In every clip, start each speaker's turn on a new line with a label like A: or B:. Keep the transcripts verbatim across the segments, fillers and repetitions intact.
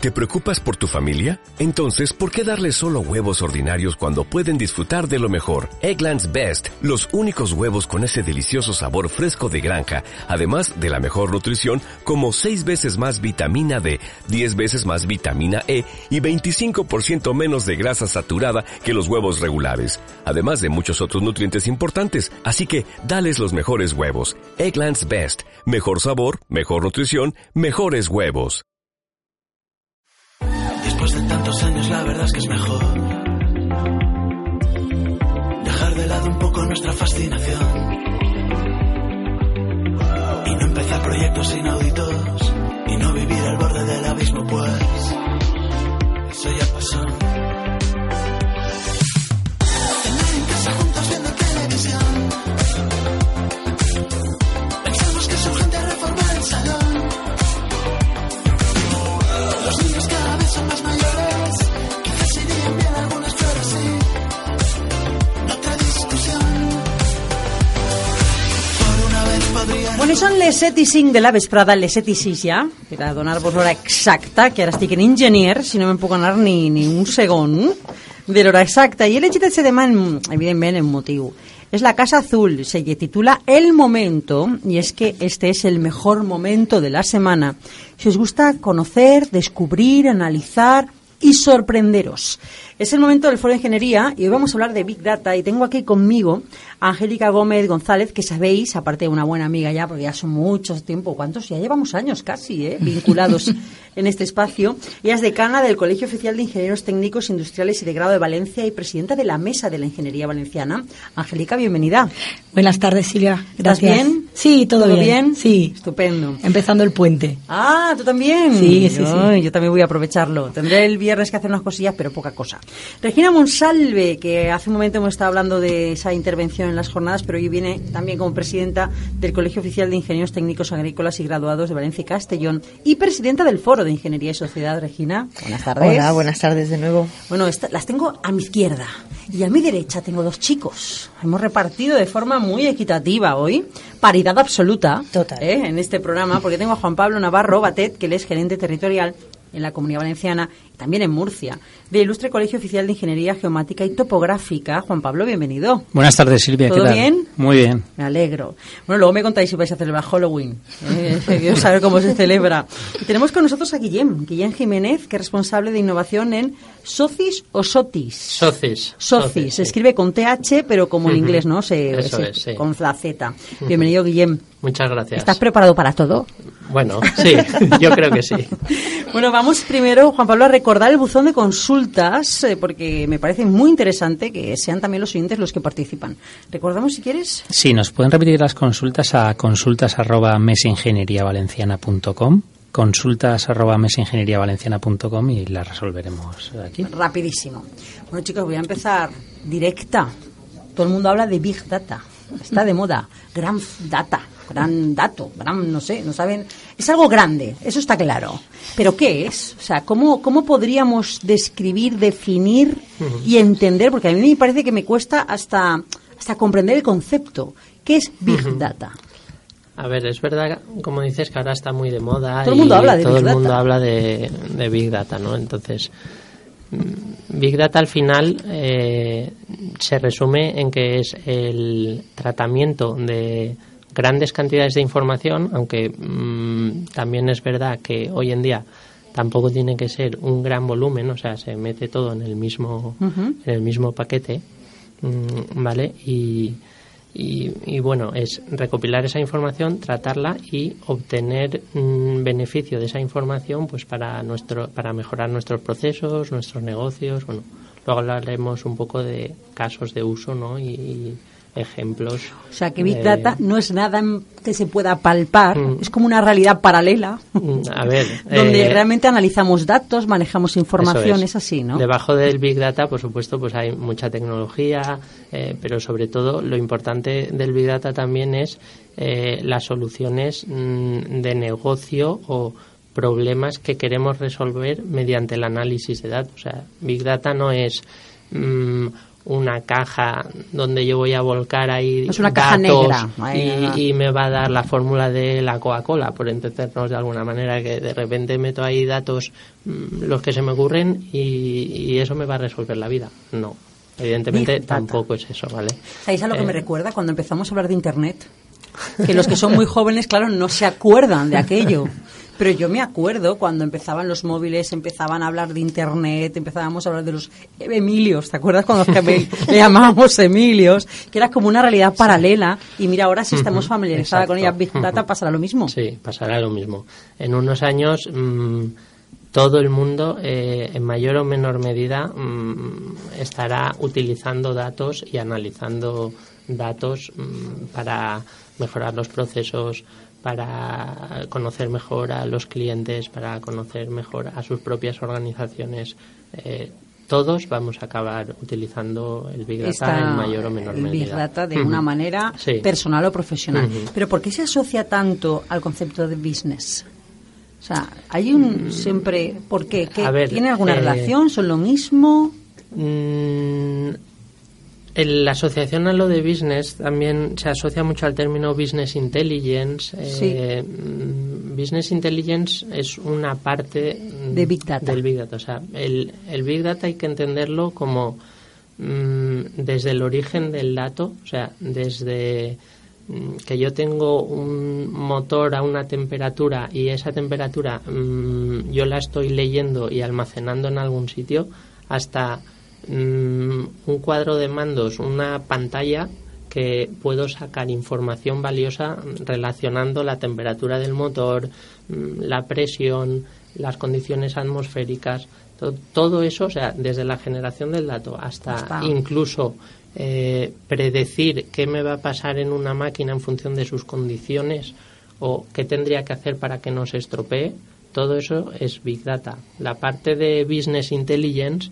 A: ¿Te preocupas por tu familia? Entonces, ¿por qué darles solo huevos ordinarios cuando pueden disfrutar de lo mejor? Eggland's Best, los únicos huevos con ese delicioso sabor fresco de granja, además de la mejor nutrición, como seis veces más vitamina D, diez veces más vitamina E y veinticinco por ciento menos de grasa saturada que los huevos regulares, además de muchos otros nutrientes importantes. Así que, dales los mejores huevos. Eggland's Best, mejor sabor, mejor nutrición, mejores huevos.
B: Después de tantos años la verdad es que es mejor dejar de lado un poco nuestra fascinación y no empezar proyectos inauditos y no vivir al borde del abismo, pues eso ya pasó. Cenar en casa juntos viendo televisión, pensamos que es urgente reformar el salón. Los niños cada vez son más mayores, quizás irían bien algunas flores, sí. Otra discusión. Por una vez podría...
C: Bueno, i són les set i cinc de la vesprada, les set i sis ja, per a donar-vos l'hora exacta, que ara estic en enginyer, si no me'n puc anar ni, ni un segon de l'hora exacta. I he llegit el demà, evidentment, en motiu. Es la Casa Azul, se titula El Momento, y es que este es el mejor momento de la semana. Si os gusta conocer, descubrir, analizar y sorprenderos. Es el momento del Foro de Ingeniería y hoy vamos a hablar de Big Data y tengo aquí conmigo a Angélica Gómez González, que sabéis, aparte de una buena amiga ya, porque ya son muchos tiempo, ¿cuántos? Ya llevamos años casi, ¿eh? Vinculados en este espacio. Ella es decana del Colegio Oficial de Ingenieros Técnicos Industriales y de Grado de Valencia y presidenta de la Mesa de la Ingeniería Valenciana. Angélica, bienvenida.
D: Buenas tardes, Silvia. Gracias.
C: ¿Estás bien?
D: Sí, todo,
C: ¿Todo
D: bien.
C: bien?
D: Sí.
C: Estupendo.
D: Empezando el puente.
C: Ah, ¿tú también?
D: Sí, sí,
C: yo,
D: sí.
C: Yo también voy a aprovecharlo. Tendré el viernes que hacer unas cosillas, pero poca cosa. Regina Monsalve, que hace un momento hemos estado hablando de esa intervención en las jornadas, pero hoy viene también como presidenta del Colegio Oficial de Ingenieros Técnicos Agrícolas y Graduados de Valencia y Castellón y presidenta del Foro de Ingeniería y Sociedad. Regina, buenas tardes.
E: Hola, buenas tardes de nuevo.
C: Bueno, esta, las tengo a mi izquierda y a mi derecha tengo dos chicos. Hemos repartido de forma muy equitativa hoy, paridad absoluta.
E: Total.
C: ¿eh? En este programa, porque tengo a Juan Pablo Navarro Batet, que él es gerente territorial en la Comunidad Valenciana y también en Murcia, del Ilustre Colegio Oficial de Ingeniería Geomática y Topográfica. Juan Pablo, bienvenido.
F: Buenas tardes, Silvia.
C: ¿Todo
F: ¿qué tal?
C: bien?
F: Muy bien.
C: Me alegro. Bueno, luego me contáis si vais a celebrar Halloween. Eh, quiero saber cómo se celebra. Y tenemos con nosotros a Guillem, Guillem Jiménez, que es responsable de innovación en Socis o Sotis.
G: Socis.
C: Socis. Se escribe con T H, pero como en
G: Uh-huh.
C: inglés, ¿no? Se,
G: Eso
C: se-
G: es, sí.
C: Con la Z. Bienvenido, Guillem.
G: Muchas gracias.
C: ¿Estás preparado para todo?
G: Bueno, sí, yo creo que sí.
C: Bueno, vamos primero, Juan Pablo, a recordar el buzón de consultas, eh, porque me parece muy interesante que sean también los oyentes los que participan. ¿Recordamos si quieres?
F: Sí, nos pueden repetir las consultas a consultas arroba mesaingenieriavalenciana punto com, consultas arroba mesaingenieriavalenciana punto com y las resolveremos aquí.
C: Rapidísimo. Bueno, chicos, voy a empezar directa. Todo el mundo habla de Big Data. Está de moda. Gran data. Gran dato. Gran, no sé, no saben. Es algo grande, eso está claro. Pero ¿qué es? O sea, ¿cómo, cómo podríamos describir, definir y entender? Porque a mí me parece que me cuesta hasta, hasta comprender el concepto. ¿Qué es Big
G: Ujú.
C: Data?
G: A ver, es verdad, como dices, que ahora está muy de moda.
C: Todo el mundo
G: y
C: habla de
G: todo
C: Big
G: el mundo
C: Data.
G: habla de, de Big Data, ¿no? Entonces, mm, Big Data al final eh, se resume en que es el tratamiento de grandes cantidades de información, aunque mmm, también es verdad que hoy en día tampoco tiene que ser un gran volumen, o sea, se mete todo en el mismo,
C: Ujú.
G: en el mismo paquete, mmm, ¿vale? Y, y, y bueno, es recopilar esa información, tratarla y obtener mmm, beneficio de esa información, pues para nuestro, para mejorar nuestros procesos, nuestros negocios. Bueno, luego hablaremos un poco de casos de uso, ¿no? Y, y ejemplos.
C: O sea, que Big
G: de-
C: Data no es nada que se pueda palpar,
G: Mm.
C: es como una realidad paralela.
G: A ver,
C: donde
G: eh,
C: realmente analizamos datos, manejamos información,
G: eso
C: es así, ¿no?
G: Debajo del Big Data, por supuesto, pues hay mucha tecnología, eh, pero sobre todo lo importante del Big Data también es eh, las soluciones mm, de negocio o problemas que queremos resolver mediante el análisis de datos. O sea, Big Data no es mm, una caja donde yo voy a volcar ahí
C: es una
G: datos
C: caja negra.
G: y, y me va a dar la fórmula de la Coca-Cola, por entendernos de alguna manera, que de repente meto ahí datos mmm, los que se me ocurren y, y eso me va a resolver la vida. No, evidentemente tampoco es eso, ¿vale?
C: ¿Sabéis a lo que
G: eh,
C: me recuerda cuando empezamos a hablar de Internet? Que los que son muy jóvenes, claro, no se acuerdan de aquello. Pero yo me acuerdo cuando empezaban los móviles, empezaban a hablar de Internet, empezábamos a hablar de los Emilios, ¿te acuerdas cuando le llamábamos Emilios? Que era como una realidad paralela, y mira, ahora sí estamos familiarizados con ella. Big Data, pasará lo mismo.
G: Sí, pasará lo mismo. En unos años mmm, todo el mundo, eh, en mayor o menor medida, mmm, estará utilizando datos y analizando datos mmm, para mejorar los procesos, para conocer mejor a los clientes, para conocer mejor a sus propias organizaciones. Eh, todos vamos a acabar utilizando el Big Data Esta, en mayor o menor
C: el
G: medida.
C: Big Data de uh-huh. una manera
G: sí.
C: personal o profesional.
G: Uh-huh.
C: Pero ¿por qué se asocia tanto al concepto de business? O sea, hay un siempre... ¿Por qué? ¿Qué
G: ver,
C: ¿Tiene alguna
G: eh,
C: relación? ¿Son lo mismo?
G: Mmm, la asociación a lo de business también se asocia mucho al término business intelligence.
C: Sí.
G: Eh, business intelligence es una parte
C: de Big Data.
G: del Big Data. O sea, el, el Big Data hay que entenderlo como mmm, desde el origen del dato, o sea, desde mmm, que yo tengo un motor a una temperatura y esa temperatura mmm, yo la estoy leyendo y almacenando en algún sitio, hasta un cuadro de mandos, una pantalla que puedo sacar información valiosa relacionando la temperatura del motor, la presión, las condiciones atmosféricas, todo, todo eso, o sea, desde la generación del dato hasta, hasta. incluso eh, predecir qué me va a pasar en una máquina en función de sus condiciones o qué tendría que hacer para que no se estropee, todo eso es Big Data. La parte de Business Intelligence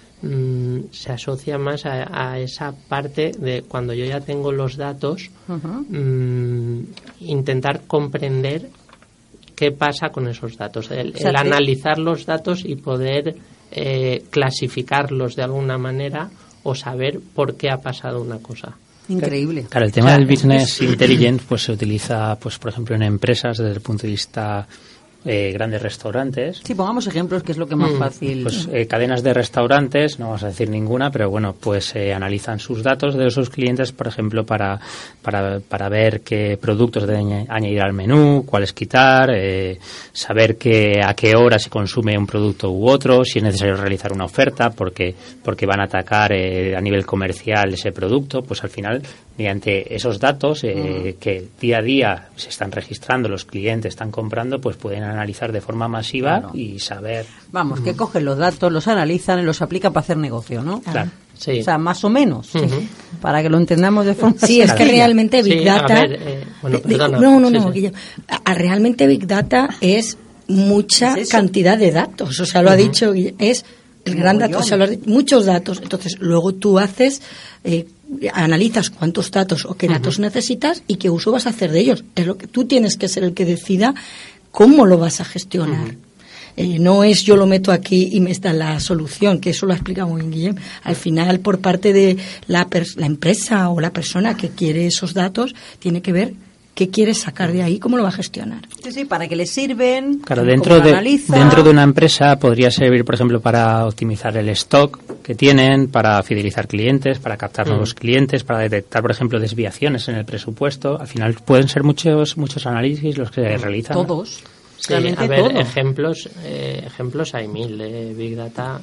G: Mm, se asocia más a, a esa parte de cuando yo ya tengo los datos, uh-huh. mm, intentar comprender qué pasa con esos datos, el, o sea, el analizar los datos y poder eh, clasificarlos de alguna manera o saber por qué ha pasado una cosa.
C: Increíble.
F: Claro, el tema del business intelligence pues se utiliza, pues por ejemplo, en empresas desde el punto de vista Eh, grandes restaurantes.
C: Sí, pongamos ejemplos, que es lo que más
F: mm,
C: fácil.
F: Pues eh, cadenas de restaurantes, no vamos a decir ninguna, pero bueno, pues eh, analizan sus datos de esos clientes, por ejemplo, para para para ver qué productos deben añadir al menú, cuáles quitar, eh, saber que a qué hora se consume un producto u otro, si es necesario realizar una oferta, porque porque van a atacar eh, a nivel comercial ese producto, pues al final mediante esos datos eh, mm. que día a día se están registrando, los clientes están comprando, pues pueden analizar de forma masiva claro. y saber.
C: Vamos, que cogen los datos, los analizan y los aplican para hacer negocio, ¿no?
F: Claro.
C: Sí. O sea, más o menos, uh-huh. sí, para que lo entendamos de forma
D: Sí, es que realmente Big
G: sí,
D: Data...
G: Ver, eh, bueno, perdona,
D: no, no,
G: sí,
D: no.
G: Sí.
D: A, realmente Big Data es mucha
C: ¿Es
D: cantidad de datos. O sea, lo uh-huh. ha dicho, es el gran dato, o sea, lo, muchos datos. Entonces, luego tú haces... Eh, analizas cuántos datos o qué datos uh-huh. necesitas y qué uso vas a hacer de ellos. Es lo que tú tienes que ser el que decida cómo lo vas a gestionar. Uh-huh. Eh, no es yo lo meto aquí y me está la solución, que eso lo ha explicado muy bien Guillem. Al final, por parte de la, pers- la empresa o la persona que quiere esos datos, tiene que ver qué quiere sacar de ahí, cómo lo va a gestionar.
C: Sí, sí, para qué le sirven.
F: Claro, dentro de, dentro de una empresa podría servir, por ejemplo, para optimizar el stock que tienen, para fidelizar clientes, para captar mm. nuevos clientes, para detectar, por ejemplo, desviaciones en el presupuesto. Al final pueden ser muchos muchos análisis los que se realizan.
C: Todos.
G: Sí, a ver, todo. ejemplos eh, ejemplos hay mil de Big Data,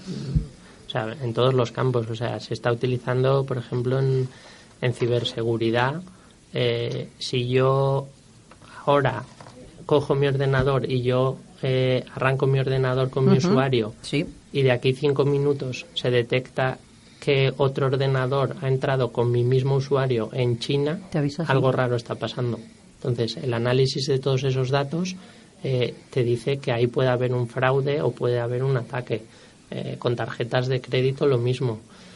G: o sea, en todos los campos. O sea, se está utilizando, por ejemplo, en, en ciberseguridad. Eh, si yo ahora cojo mi ordenador y yo eh, arranco mi ordenador con uh-huh. mi usuario
C: sí.
G: y de aquí cinco minutos se detecta que otro ordenador ha entrado con mi mismo usuario en China, algo raro está pasando. Entonces, el análisis de todos esos datos eh, te dice que ahí puede haber un fraude o puede haber un ataque. Eh, con tarjetas de crédito lo mismo.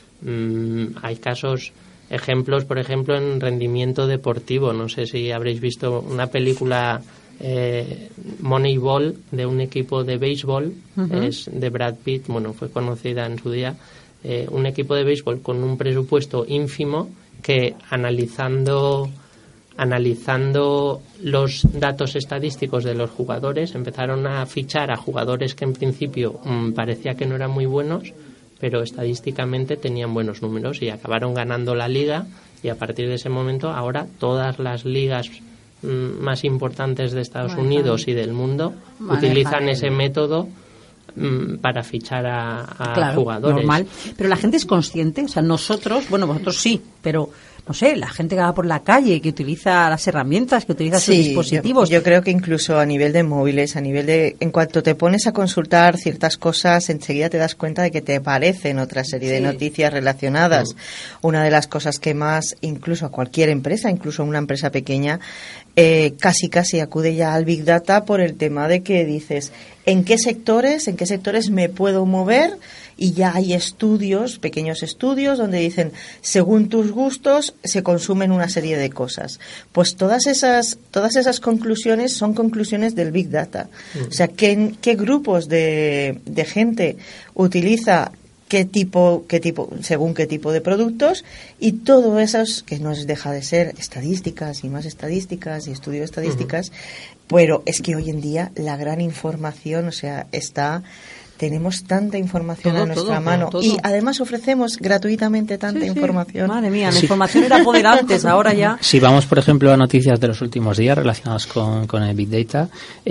G: Mm, hay casos... Ejemplos, por ejemplo, en rendimiento deportivo. No sé si habréis visto una película eh, Moneyball de un equipo de béisbol, uh-huh. es de Brad Pitt, bueno, fue conocida en su día. eh, un equipo de béisbol con un presupuesto ínfimo que analizando analizando los datos estadísticos de los jugadores empezaron a fichar a jugadores que en principio mmm, parecía que no eran muy buenos, pero estadísticamente tenían buenos números y acabaron ganando la liga, y a partir de ese momento ahora todas las ligas mmm, más importantes de Estados Manejan. Unidos y del mundo Manejan utilizan el... ese método mmm, para fichar a, a
C: claro,
G: jugadores.
C: Normal. Pero la gente es consciente, o sea, nosotros, bueno, vosotros sí, pero no sé, la gente que va por la calle, que utiliza las herramientas, que utiliza
E: sí,
C: sus dispositivos.
E: Yo, yo creo que incluso a nivel de móviles, a nivel de, en cuanto te pones a consultar ciertas cosas, enseguida te das cuenta de que te aparecen otra serie sí. de noticias relacionadas. Sí. Una de las cosas que más, incluso a cualquier empresa, incluso a una empresa pequeña, eh, casi casi acude ya al Big Data por el tema de que dices, ¿en qué sectores, en qué sectores me puedo mover? Y ya hay estudios, pequeños estudios, donde dicen, según tus gustos, se consumen una serie de cosas. Pues todas esas, todas esas conclusiones son conclusiones del Big Data. Mm. O sea, ¿qué, qué grupos de, de gente utiliza qué tipo, qué tipo, según qué tipo de productos, y todo eso, que no deja de ser estadísticas y más estadísticas y estudios de estadísticas, mm. pero es que hoy en día la gran información, o sea, está... Tenemos tanta información
C: todo,
E: a nuestra
C: todo,
E: mano
C: todo.
E: Y además ofrecemos gratuitamente tanta sí, sí. información.
C: Madre mía, la información era poder antes, ahora ya.
F: Si vamos, por ejemplo, a noticias de los últimos días relacionadas con, con el Big Data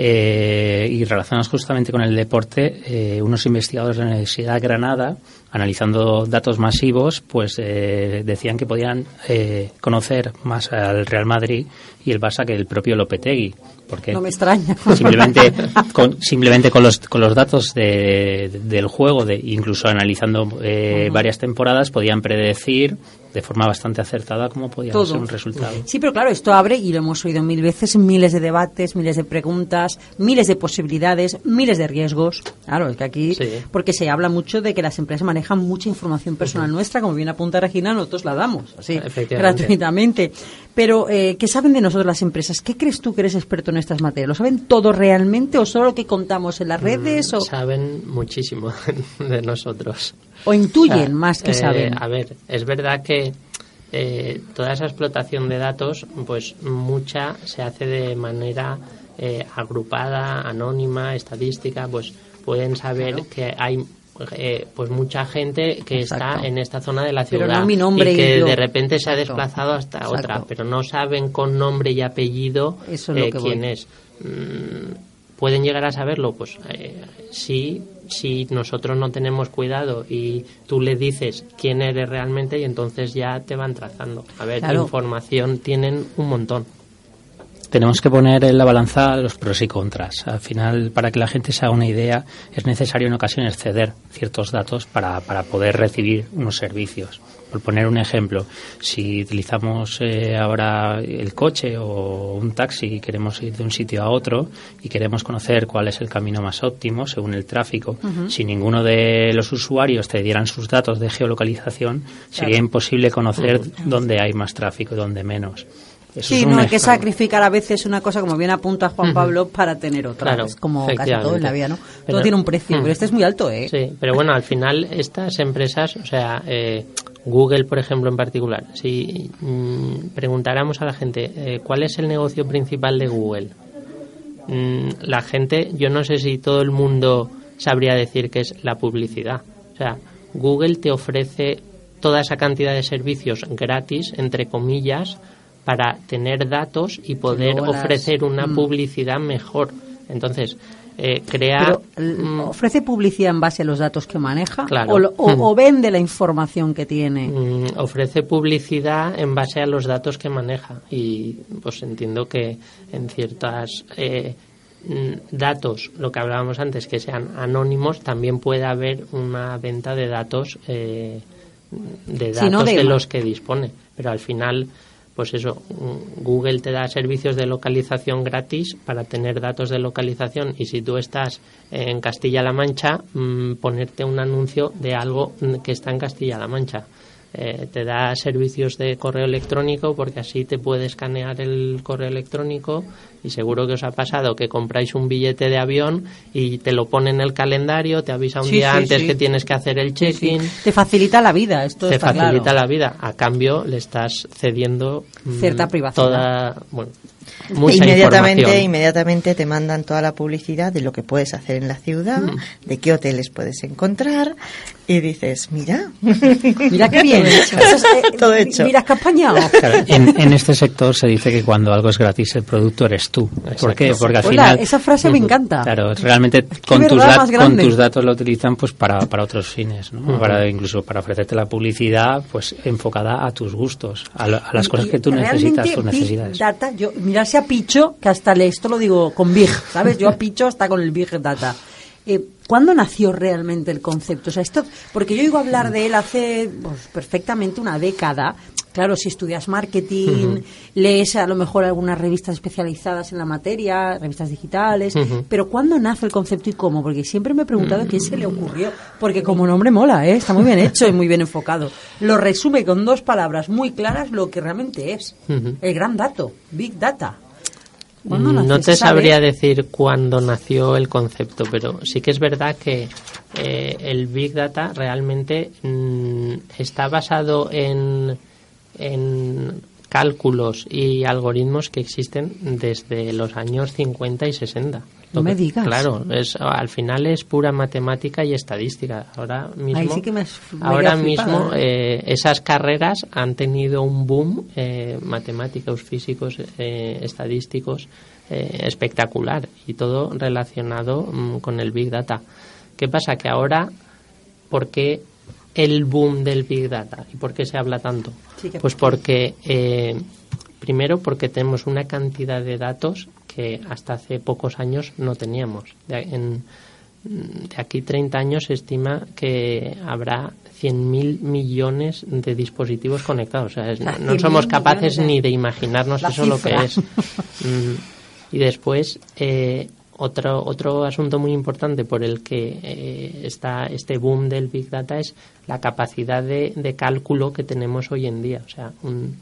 F: eh, y relacionadas justamente con el deporte, eh, unos investigadores de la Universidad de Granada, analizando datos masivos, pues eh, decían que podían eh, conocer más al Real Madrid y el Barça que el propio Lopetegui. Porque
C: no me extraña.
F: Simplemente con, simplemente con los con los datos de, de, del juego, de incluso analizando eh, uh-huh. varias temporadas, podían predecir de forma bastante acertada cómo podía Todo. ser un resultado.
C: Sí, pero claro, esto abre, y lo hemos oído mil veces, miles de debates, miles de preguntas, miles de posibilidades, miles de riesgos. Claro, es que aquí, sí. porque se habla mucho de que las empresas manejan mucha información personal uh-huh. nuestra, como bien apunta Regina, nosotros la damos, así, gratuitamente. Pero, eh, ¿qué saben de nosotros las empresas? ¿Qué crees tú que eres experto en estas materias? ¿Lo saben todo realmente o solo lo que contamos en las redes?
G: Mm,
C: o
G: saben muchísimo de nosotros.
C: ¿O intuyen o sea,
G: más
C: que
G: eh,
C: saben?
G: A ver, es verdad que eh, toda esa explotación de datos, pues mucha se hace de manera eh, agrupada, anónima, estadística, pues pueden saber claro. que hay... Eh, pues mucha gente que Exacto. está en esta zona de la ciudad
C: no mi nombre
G: y que
C: y yo.
G: de repente se ha
C: Exacto.
G: desplazado hasta
C: Exacto.
G: otra, pero no saben con nombre y apellido
C: Eso es
G: eh,
C: lo que
G: quién
C: voy.
G: es. Mm, ¿Pueden llegar a saberlo? Pues eh, sí, si nosotros no tenemos cuidado y tú le dices quién eres realmente, y entonces ya te van trazando. A ver,
C: claro.
G: información tienen un montón.
F: Tenemos que poner en la balanza los pros y contras. Al final, para que la gente se haga una idea, es necesario en ocasiones ceder ciertos datos para, para poder recibir unos servicios. Por poner un ejemplo, si utilizamos eh, ahora el coche o un taxi y queremos ir de un sitio a otro y queremos conocer cuál es el camino más óptimo según el tráfico, uh-huh. si ninguno de los usuarios te dieran sus datos de geolocalización, claro. sería imposible conocer uh-huh. dónde hay más tráfico y dónde menos. Eso
C: sí, no hay que sacrificar a veces una cosa, como bien apunta Juan Pablo, uh-huh. para tener otra.
G: Claro,
C: es como casi todo en la vida, ¿no? Pero, todo tiene un precio, uh-huh. pero este es muy alto, ¿eh?
G: Sí, pero bueno, al final estas empresas, o sea, eh, Google, por ejemplo, en particular, si mmm, preguntáramos a la gente eh, cuál es el negocio principal de Google, mmm, la gente, yo no sé si todo el mundo sabría decir que es la publicidad. O sea, Google te ofrece toda esa cantidad de servicios gratis, entre comillas, para tener datos y poder las... ofrecer una mm. publicidad mejor. Entonces, eh, crea...
C: Pero, ¿ofrece publicidad en base a los datos que maneja?
G: Claro.
C: ¿O, o, mm. o vende la información que tiene?
G: Mm, ofrece publicidad en base a los datos que maneja. Y pues entiendo que en ciertas... Eh, datos, lo que hablábamos antes, que sean anónimos, también puede haber una venta de datos eh, de datos si no de, de los que dispone. Pero al final... Pues eso, Google te da servicios de localización gratis para tener datos de localización, y si tú estás en Castilla-La Mancha, mmm, ponerte un anuncio de algo que está en Castilla-La Mancha. Eh, te da servicios de correo electrónico porque así te puede escanear el correo electrónico, y seguro que os ha pasado que compráis un billete de avión y te lo pone en el calendario, te avisa un
C: Sí,
G: día
C: sí,
G: antes
C: sí.
G: que tienes que hacer el check-in.
C: Sí. Te facilita la vida, esto
G: Te
C: está
G: facilita
C: claro.
G: la vida. A cambio le estás cediendo mm,
C: Cierta privacidad.
G: toda, bueno, mucha
E: inmediatamente,
G: información.
E: inmediatamente te mandan toda la publicidad de lo que puedes hacer en la ciudad,
G: Mm.
E: de qué hoteles puedes encontrar, y dices, mira,
C: Mira qué bien. Eso es, eh,
E: Todo hecho.
C: Mira qué apañado.
F: Claro, en, en este sector se dice que cuando algo es gratis el producto eres tú. ¿Por qué? Porque al
C: Hola,
F: final...
C: esa frase me encanta.
F: Claro, realmente con
C: verdad
F: tus, dat-
C: más
F: con
C: grande.
F: tus datos lo utilizan pues para, para otros fines, ¿no? Para, incluso para ofrecerte la publicidad pues enfocada a tus gustos, a, lo- a las cosas
C: Y
F: que tú
C: realmente
F: necesitas, tus
C: Big
F: necesidades.
C: Data, yo, mirarse a Picho, que hasta le, esto lo digo con Big, ¿sabes? Yo a Picho hasta con el Big Data. Eh, ¿Cuándo nació realmente el concepto? O sea, esto, porque yo oigo hablar de él hace pues, perfectamente una década. Claro, si estudias marketing, uh-huh. lees a lo mejor algunas revistas especializadas en la materia, revistas digitales, uh-huh. pero ¿cuándo nace el concepto y cómo? Porque siempre me he preguntado uh-huh. quién se le ocurrió, porque como nombre mola, ¿eh? Está muy bien hecho y muy bien enfocado. Lo resume con dos palabras muy claras lo que realmente es. Uh-huh. El gran dato, Big Data.
G: No te sabría decir cuándo nació el concepto, pero sí que es verdad que eh, el Big Data realmente mm, está basado en, en cálculos y algoritmos que existen desde los años cincuenta y sesenta.
C: No me digas.
G: Claro, es, al final es pura matemática y estadística. Ahora mismo,
C: Ahí sí que me has- me
G: ahora
C: quedo flipada,
G: mismo eh, esas carreras han tenido un boom eh, matemáticos, físicos, eh, estadísticos eh, espectacular, y todo relacionado mm, con el Big Data. ¿Qué pasa? Que ahora, ¿por qué el boom del Big Data? ¿Y por qué se habla tanto?
C: Sí, que-
G: Pues porque, eh, primero, porque tenemos una cantidad de datos que hasta hace pocos años no teníamos. De, en, de aquí treinta años se estima que habrá cien mil millones de dispositivos conectados. O sea, es- no, no
C: cien mil
G: somos capaces
C: millones,
G: ni de imaginarnos
C: la
G: eso lo
C: cifra.
G: que es. Mm, y después, eh, otro otro asunto muy importante por el que eh, está este boom del Big Data es la capacidad de, de cálculo que tenemos hoy en día. O sea, un,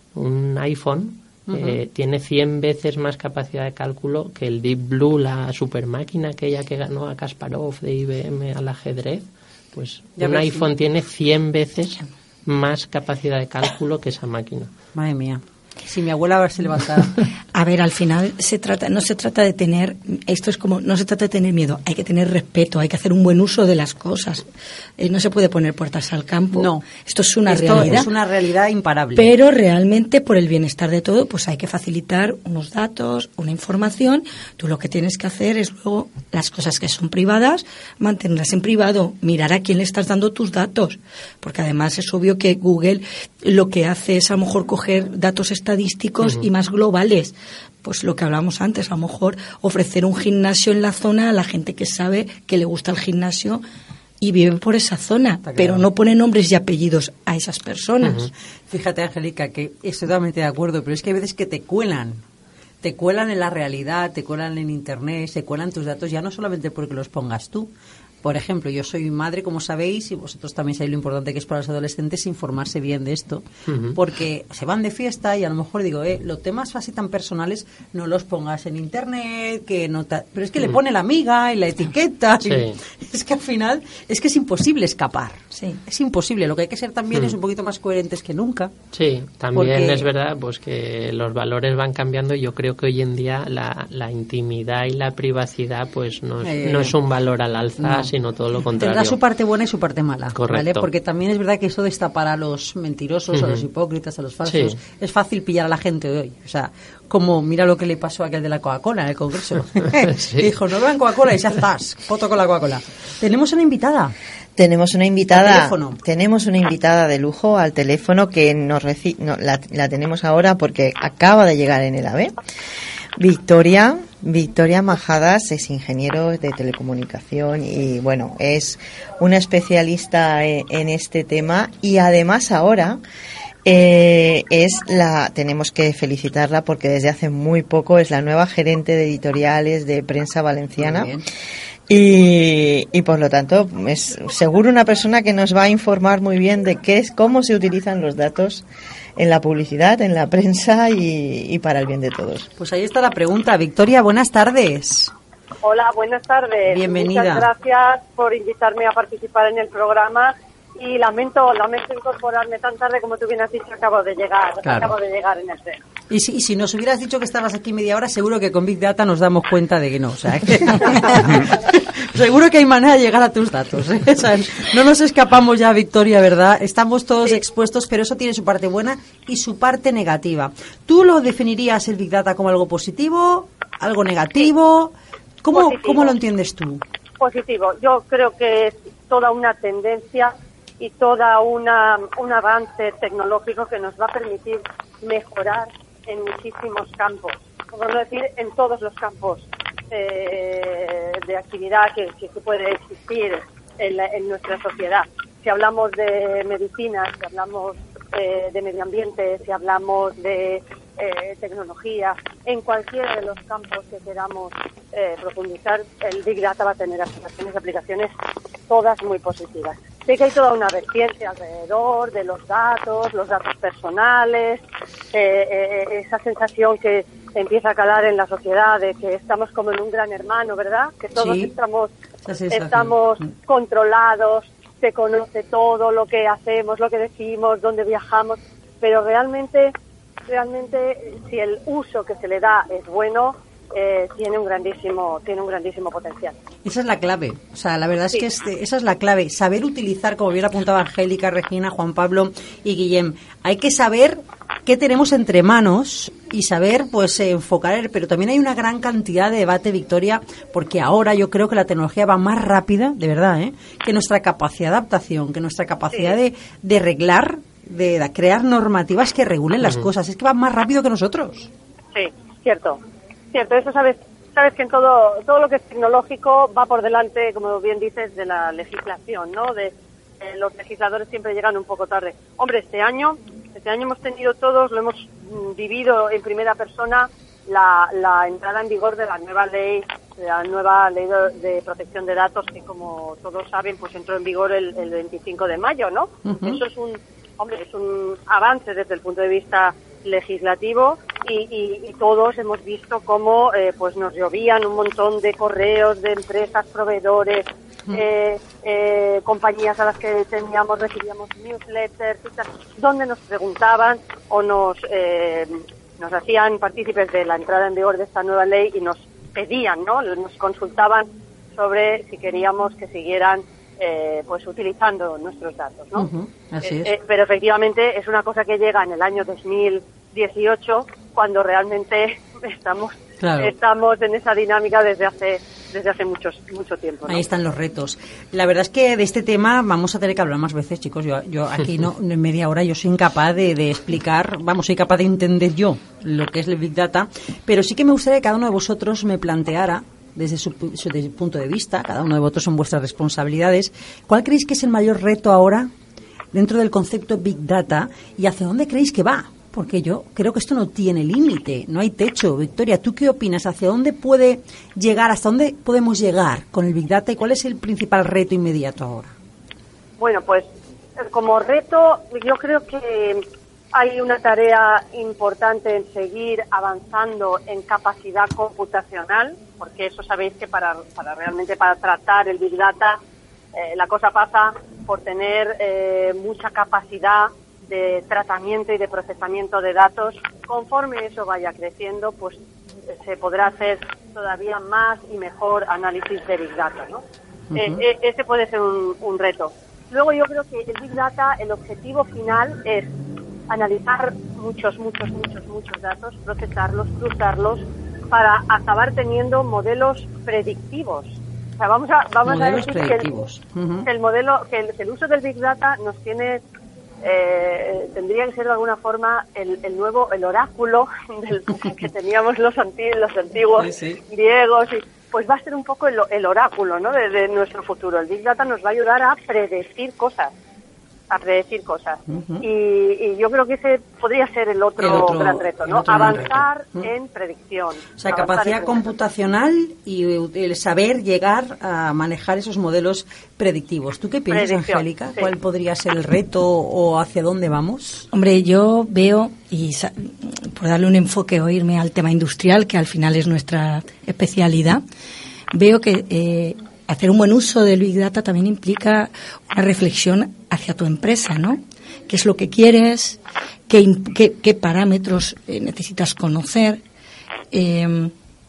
G: un iPhone eh, tiene cien veces más capacidad de cálculo que el Deep Blue, la supermáquina aquella que ganó a Kasparov de I B M al ajedrez. Pues
C: Ya
G: un
C: ves,
G: iPhone
C: sí.
G: tiene cien veces más capacidad de cálculo que esa máquina.
C: Madre mía. Si mi abuela ahora se levantara.
D: A ver, al final se trata, no se trata de tener, esto es como, no se trata de tener miedo, hay que tener respeto, hay que hacer un buen uso de las cosas. Eh, no se puede poner puertas al campo.
C: No.
D: Esto es una
C: Esto
D: realidad.
C: es una realidad imparable.
D: Pero realmente, por el bienestar de todo, pues hay que facilitar unos datos, una información. Tú lo que tienes que hacer es luego las cosas que son privadas, mantenerlas en privado, mirar a quién le estás dando tus datos. Porque además es obvio que Google lo que hace es a lo mejor coger datos estadísticos uh-huh. y más globales. Pues lo que hablábamos antes, a lo mejor ofrecer un gimnasio en la zona a la gente que sabe que le gusta el gimnasio y vive por esa zona,
C: Está
D: pero
C: claro.
D: no pone nombres y apellidos a esas personas.
G: Uh-huh.
C: Fíjate, Angélica, que estoy totalmente de acuerdo, pero es que hay veces que te cuelan. Te cuelan en la realidad, te cuelan en Internet, se cuelan tus datos, ya no solamente porque los pongas tú. Por ejemplo, yo soy madre, como sabéis, y vosotros también sabéis lo importante que es para los adolescentes informarse bien de esto,
G: Uh-huh.
C: porque se van de fiesta y a lo mejor digo, eh, los temas así tan personales no los pongas en Internet, que no ta- pero es que le pone la amiga y la etiqueta. y-
G: Sí.
C: es que al final es que es imposible escapar.
D: Sí.
C: Es imposible. Lo que hay que ser también
G: Hmm.
C: es un poquito más coherentes que nunca.
G: Sí, también
C: Porque-
G: es verdad pues que los valores van cambiando, y yo creo que hoy en día la, la intimidad y la privacidad pues no es,
C: Eh,
G: no es un valor al alza,
C: no.
G: sino todo lo contrario.
C: Tendrá su parte buena y su parte mala,
G: Correcto.
C: ¿vale? Porque también es verdad que eso destapar a los mentirosos, a los
G: Ujú.
C: hipócritas, a los falsos,
G: Sí.
C: es fácil pillar a la gente de hoy. O sea, como mira lo que le pasó a aquel de la Coca-Cola en el Congreso.
G: Sí.
C: Dijo, no beban Coca-Cola y ya estás, foto con la Coca-Cola. Tenemos una invitada.
E: Tenemos una
C: Al
E: invitada,
C: teléfono.
E: tenemos una invitada de lujo al teléfono que nos reci- no, la, la tenemos ahora porque acaba de llegar en el AVE. Victoria, Victoria Majadas es ingeniero de telecomunicación y bueno, es una especialista en, en este tema, y además ahora eh, es la, tenemos que felicitarla porque desde hace muy poco es la nueva gerente de editoriales de Prensa Valenciana.
C: Muy bien.
E: Y, y por lo tanto es seguro una persona que nos va a informar muy bien de qué es, cómo se utilizan los datos en la publicidad, en la prensa y, y para el bien de todos.
C: Pues ahí está la pregunta. Victoria, buenas tardes.
H: Hola, buenas tardes.
C: Bienvenida.
H: Muchas gracias por invitarme a participar en el programa y lamento lamento incorporarme tan tarde como tú bien has dicho, acabo de llegar,
C: Claro.
H: acabo de llegar en el tren.
C: Y si, y si nos hubieras dicho que estabas aquí media hora, seguro que con Big Data nos damos cuenta de que no. O sea, que seguro que hay manera de llegar a tus datos, ¿eh? O sea, no nos escapamos ya, Victoria, ¿verdad? Estamos todos
H: Sí.
C: expuestos, pero eso tiene su parte buena y su parte negativa. ¿Tú lo definirías el Big Data como algo positivo, algo negativo? ¿Cómo,
H: Positivo.
C: ¿Cómo lo entiendes tú?
H: Positivo. Yo creo que es toda una tendencia y toda una un avance tecnológico que nos va a permitir mejorar en muchísimos campos, por no decir en todos los campos eh, de actividad que, que puede existir en, la- en nuestra sociedad. Si hablamos de medicina, si hablamos eh, de medio ambiente, si hablamos de eh, tecnología, en cualquiera de los campos que queramos eh, profundizar, el Big Data va a tener aplicaciones, aplicaciones todas muy positivas. Sé que hay toda una vertiente alrededor de los datos, los datos personales, eh, eh, esa sensación que empieza a calar en la sociedad de que estamos como en un gran hermano, ¿verdad? Que todos
C: Sí,
H: estamos,
C: esa sensación.
H: estamos controlados, se conoce todo lo que hacemos, lo que decimos, dónde viajamos, pero realmente, realmente si el uso que se le da es bueno, eh, tiene un grandísimo, tiene un grandísimo potencial.
C: Esa es la clave. O sea, la verdad es
H: Sí.
C: que este- esa es la clave. Saber utilizar, como bien apuntaba Angélica, Regina, Juan Pablo y Guillem. Hay que saber qué tenemos entre manos y saber, pues, eh, enfocar. Pero también hay una gran cantidad de debate, Victoria, porque ahora yo creo que la tecnología va más rápida, de verdad, ¿eh? que nuestra capacidad de adaptación, que nuestra capacidad de, de reglar, de, de crear normativas que regulen las cosas. Es que va más rápido que nosotros.
H: Sí, cierto, cierto. Eso sabes, sabes que en todo todo lo que es tecnológico va por delante, como bien dices, de la legislación, ¿no? De eh, los legisladores siempre llegan un poco tarde. Hombre, este año, este año hemos tenido todos, lo hemos mm, vivido en primera persona, la, la entrada en vigor de la nueva ley, de la nueva ley de, de protección de datos, que como todos saben, pues entró en vigor el, el veinticinco de mayo, ¿no?
C: Ujú.
H: Eso es un, hombre, es un avance desde el punto de vista legislativo y, y, y todos hemos visto cómo eh, pues nos llovían un montón de correos de empresas, proveedores, eh, eh, compañías a las que teníamos, recibíamos newsletters, y tal, donde nos preguntaban o nos eh, nos hacían partícipes de la entrada en vigor de esta nueva ley y nos pedían, ¿no? Nos consultaban sobre si queríamos que siguieran eh, pues utilizando nuestros datos, ¿no?
C: Ujú, así
H: Eh,
C: es.
H: eh, pero efectivamente es una cosa que llega en el año dos mil dieciocho, cuando realmente estamos
C: Claro.
H: estamos en esa dinámica desde hace desde hace muchos mucho tiempo, ¿no?
C: Ahí están los retos. La verdad es que de este tema vamos a tener que hablar más veces, chicos. Yo, yo aquí no, en media hora yo soy incapaz de, de explicar, vamos, soy capaz de entender yo lo que es el Big Data, pero sí que me gustaría que cada uno de vosotros me planteara, desde su, su- desde su punto de vista, cada uno de vosotros son vuestras responsabilidades, ¿cuál creéis que es el mayor reto ahora dentro del concepto Big Data y hacia dónde creéis que va? Porque yo creo que esto no tiene límite, no hay techo. Victoria, ¿tú qué opinas? ¿Hacia dónde puede llegar, hasta dónde podemos llegar con el Big Data y cuál es el principal reto inmediato ahora?
H: Bueno, pues como reto yo creo que hay una tarea importante en seguir avanzando en capacidad computacional, porque eso sabéis que para, para realmente para tratar el Big Data eh, la cosa pasa por tener eh, mucha capacidad de tratamiento y de procesamiento de datos. Conforme eso vaya creciendo, pues eh, se podrá hacer todavía más y mejor análisis de Big Data, ¿no?
C: Ujú.
H: Eh, eh, ese puede ser un, un reto. Luego yo creo que el Big Data, el objetivo final es analizar muchos, muchos, muchos, muchos datos, procesarlos, cruzarlos, para acabar teniendo modelos predictivos. O sea, vamos a, vamos
C: Modelos
H: a decir
C: predictivos.
H: que el,
C: Ujú.
H: que el modelo, que el, que el uso del Big Data nos tiene, eh, tendría que ser de alguna forma el, el nuevo, el oráculo del, que teníamos los, anti, los antiguos
C: Sí, sí.
H: griegos, y pues va a ser un poco el, el oráculo, ¿no? de, de nuestro futuro. El Big Data nos va a ayudar a predecir cosas, a predecir cosas.
C: Ujú.
H: y, y yo creo que ese podría ser el otro,
C: El otro-
H: gran reto,
C: el
H: ¿no?
C: otro gran
H: Avanzar
C: reto.
H: en predicción.
C: O sea,
H: avanzar
C: capacidad
H: en predicción.
C: computacional y el saber llegar a manejar esos modelos predictivos. ¿Tú qué piensas,
H: Predicción,
C: Angélica?
H: sí.
C: ¿Cuál podría ser el reto o hacia dónde vamos?
D: Hombre, yo veo, y sa- por darle un enfoque o irme al tema industrial, que al final es nuestra especialidad, veo que eh, hacer un buen uso del Big Data también implica una reflexión hacia tu empresa, ¿no? ¿Qué es lo que quieres? ¿Qué, in- qué, qué parámetros eh, necesitas conocer? Eh,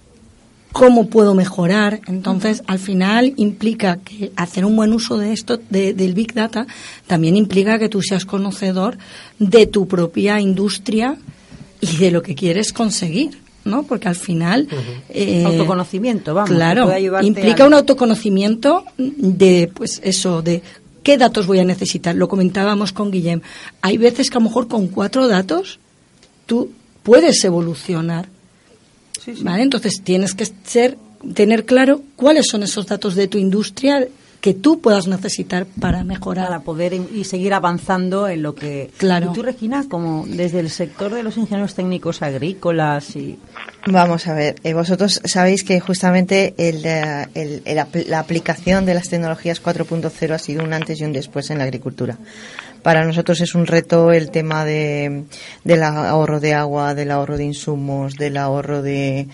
D: ¿Cómo puedo mejorar? Entonces, al final implica que hacer un buen uso de esto, de- del Big Data, también implica que tú seas conocedor de tu propia industria y de lo que quieres conseguir, ¿no? Porque al final... eh,
C: Autoconocimiento, vamos, que
D: Claro,
C: puede ayudarte
D: implica
C: a-
D: un autoconocimiento de, pues eso, de qué datos voy a necesitar. Lo comentábamos con Guillem. Hay veces que a lo mejor con cuatro datos tú puedes evolucionar.
C: Sí, sí.
D: ¿Vale? Entonces tienes que ser, tener claro cuáles son esos datos de tu industria que tú puedas necesitar para mejorar.
C: Para poder y y seguir avanzando en lo que...
D: Claro.
C: Y tú, Regina, como desde el sector de los ingenieros técnicos agrícolas y...
E: Vamos a ver, eh, vosotros sabéis que justamente el, eh, el- el apl- la aplicación de las tecnologías cuatro punto cero ha sido un antes y un después en la agricultura. Para nosotros es un reto el tema de, del ahorro de agua, del ahorro de insumos, del ahorro de,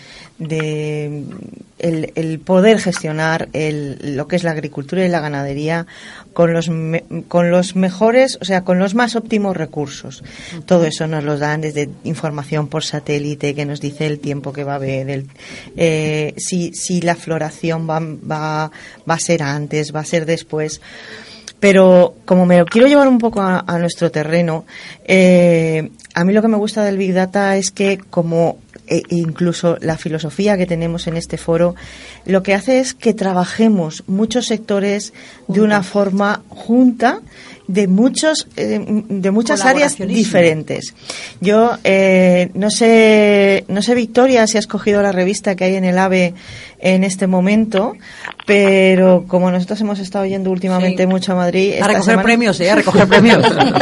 E: de el, el poder gestionar el, lo que es la agricultura y la ganadería con los me- con los mejores, o sea, con los más óptimos recursos. Todo eso nos lo dan desde información por satélite que nos dice el tiempo que va a haber, el, eh, si si la floración va va va a ser antes, va a ser después. Pero como me lo quiero llevar un poco a, a nuestro terreno, eh, a mí lo que me gusta del Big Data es que como e incluso la filosofía que tenemos en este foro, lo que hace es que trabajemos muchos sectores de una forma junta, de muchos eh, de muchas áreas diferentes. Yo eh, no sé no sé Victoria si has cogido la revista que hay en el AVE en este momento, pero como nosotros hemos estado yendo últimamente
C: Sí.
E: mucho a Madrid,
C: A
E: esta
C: recoger
E: semana-
C: premios, ¿eh? A recoger premios.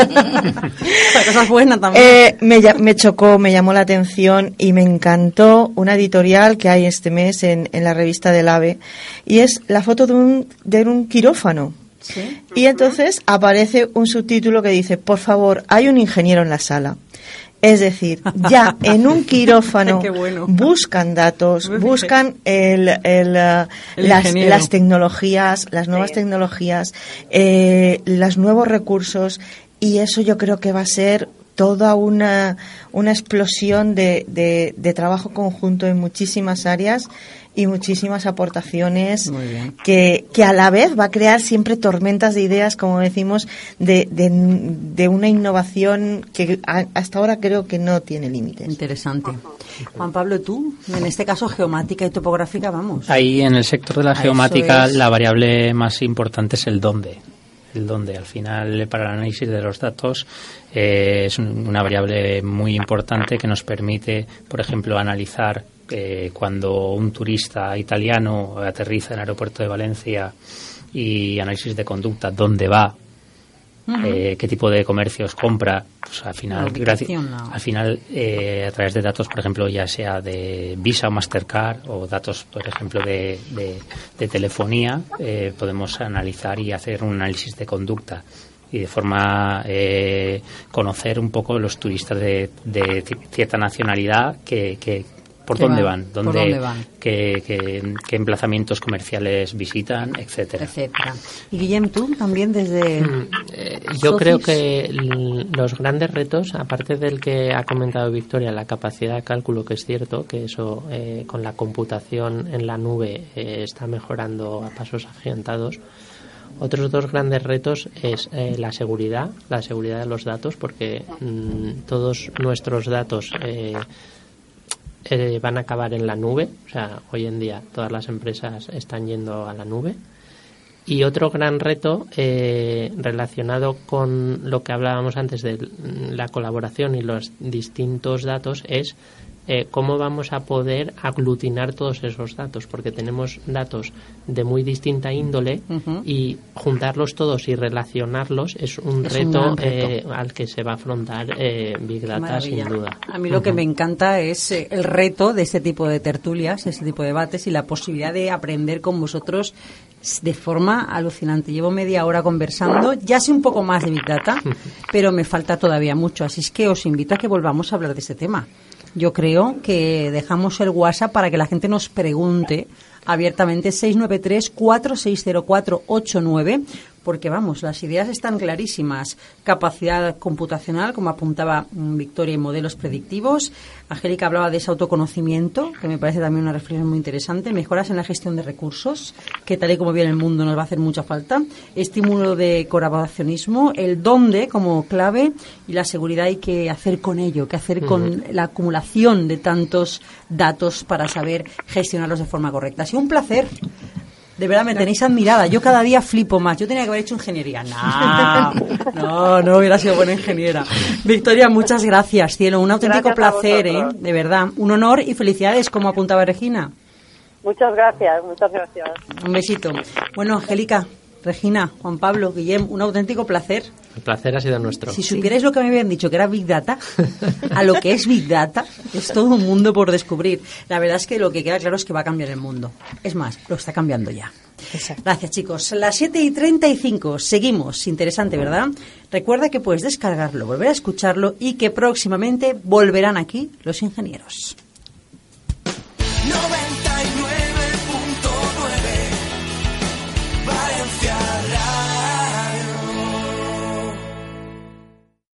C: La cosa es buena también.
E: Eh, me, lla- me chocó, me llamó la atención y me encantó una editorial que hay este mes en, en la revista del AVE, y es la foto de un, de un quirófano.
C: ¿Sí?
E: Y entonces aparece un subtítulo que dice, por favor, hay un ingeniero en la sala. Es decir, ya en un quirófano
C: Qué bueno.
E: buscan datos,
C: Muy bien.
E: buscan el, el, eh,
C: El
E: las,
C: ingeniero.
E: las tecnologías, las nuevas tecnologías, eh, los nuevos recursos, y eso yo creo que va a ser toda una, una explosión de, de, de trabajo conjunto en muchísimas áreas y muchísimas aportaciones
C: Muy bien.
E: que, que a la vez va a crear siempre tormentas de ideas, como decimos, de, de, de una innovación que a- hasta ahora creo que no tiene límites.
C: Interesante. Juan Pablo, tú, en este caso geomática y topográfica, vamos.
F: Ahí en el sector de la
C: Ah, eso
F: geomática
C: es.
F: la variable más importante es el dónde. El dónde. Al final, para el análisis de los datos, eh, es un- una variable muy importante que nos permite, por ejemplo, analizar eh, cuando un turista italiano aterriza en el aeropuerto de Valencia, y análisis de conducta, dónde va, eh, qué tipo de comercios compra, pues al final,
C: La ubicación,
F: gracias-
C: no.
F: al final eh, a través de datos, por ejemplo, ya sea de Visa o Mastercard, o datos, por ejemplo, de, de, de telefonía, eh, podemos analizar y hacer un análisis de conducta y de forma eh, conocer un poco los turistas de, de ci- cierta nacionalidad que, que por
C: Que
F: dónde
C: van,
F: van,
C: por
F: dónde,
C: dónde van.
F: Qué, qué- qué emplazamientos comerciales visitan, etcétera.
C: Etcétera. Y Guillem, tú también desde...
G: Eh, yo creo
C: Socis.
G: que l- los grandes retos, aparte del que ha comentado Victoria, la capacidad de cálculo, que es cierto, que eso eh, con la computación en la nube eh, está mejorando a pasos agigantados. Otros dos grandes retos es eh, la seguridad, la seguridad de los datos, porque mm, todos nuestros datos eh, eh, van a acabar en la nube. O sea, hoy en día todas las empresas están yendo a la nube. Y otro gran reto eh, relacionado con lo que hablábamos antes de la colaboración y los distintos datos es eh, cómo vamos a poder aglutinar todos esos datos, porque tenemos datos de muy distinta índole uh-huh. y juntarlos todos y relacionarlos es un es reto, un reto. Eh, al que se va a afrontar eh, Big Data.
C: Maravilla.
G: Sin duda.
C: A mí lo uh-huh. que me encanta es eh, el reto de este tipo de tertulias, este tipo de debates y la posibilidad de aprender con vosotros de forma alucinante. Llevo media hora conversando, ya sé un poco más de Big Data, pero me falta todavía mucho, así es que os invito a que volvamos a hablar de este tema. Yo creo que dejamos el WhatsApp para que la gente nos pregunte abiertamente seis nueve tres, cuatro seis cero cuatro, ocho nueve, porque vamos, las ideas están clarísimas. Capacidad computacional, como apuntaba Victoria, y modelos predictivos. Angélica hablaba de ese autoconocimiento, que me parece también una reflexión muy interesante. Mejoras en la gestión de recursos, que tal y como viene el mundo nos va a hacer mucha falta. Estímulo de colaboracionismo, el dónde como clave y la seguridad hay que hacer con ello, que hacer con uh-huh. la acumulación de tantos datos para saber gestionarlos de forma correcta. Ha sido un placer. De verdad, me tenéis admirada. Yo cada día flipo más. Yo tenía que haber hecho ingeniería. No, no, no hubiera sido buena ingeniera. Victoria, muchas gracias, cielo. Un auténtico gracias placer, ¿eh? De verdad. Un honor y felicidades, como apuntaba Regina.
H: Muchas gracias, muchas gracias.
C: Un besito. Bueno, Angélica, Regina, Juan Pablo, Guillem, un auténtico placer.
G: El placer ha sido nuestro.
C: Si supierais lo que me habían dicho, que era Big Data, a lo que es Big Data, es todo un mundo por descubrir. La verdad es que lo que queda claro es que va a cambiar el mundo. Es más, lo está cambiando ya. Exacto. Gracias, chicos. Las siete y treinta y cinco. Seguimos. Interesante, ¿verdad? Recuerda que puedes descargarlo, volver a escucharlo y que próximamente volverán aquí los ingenieros. No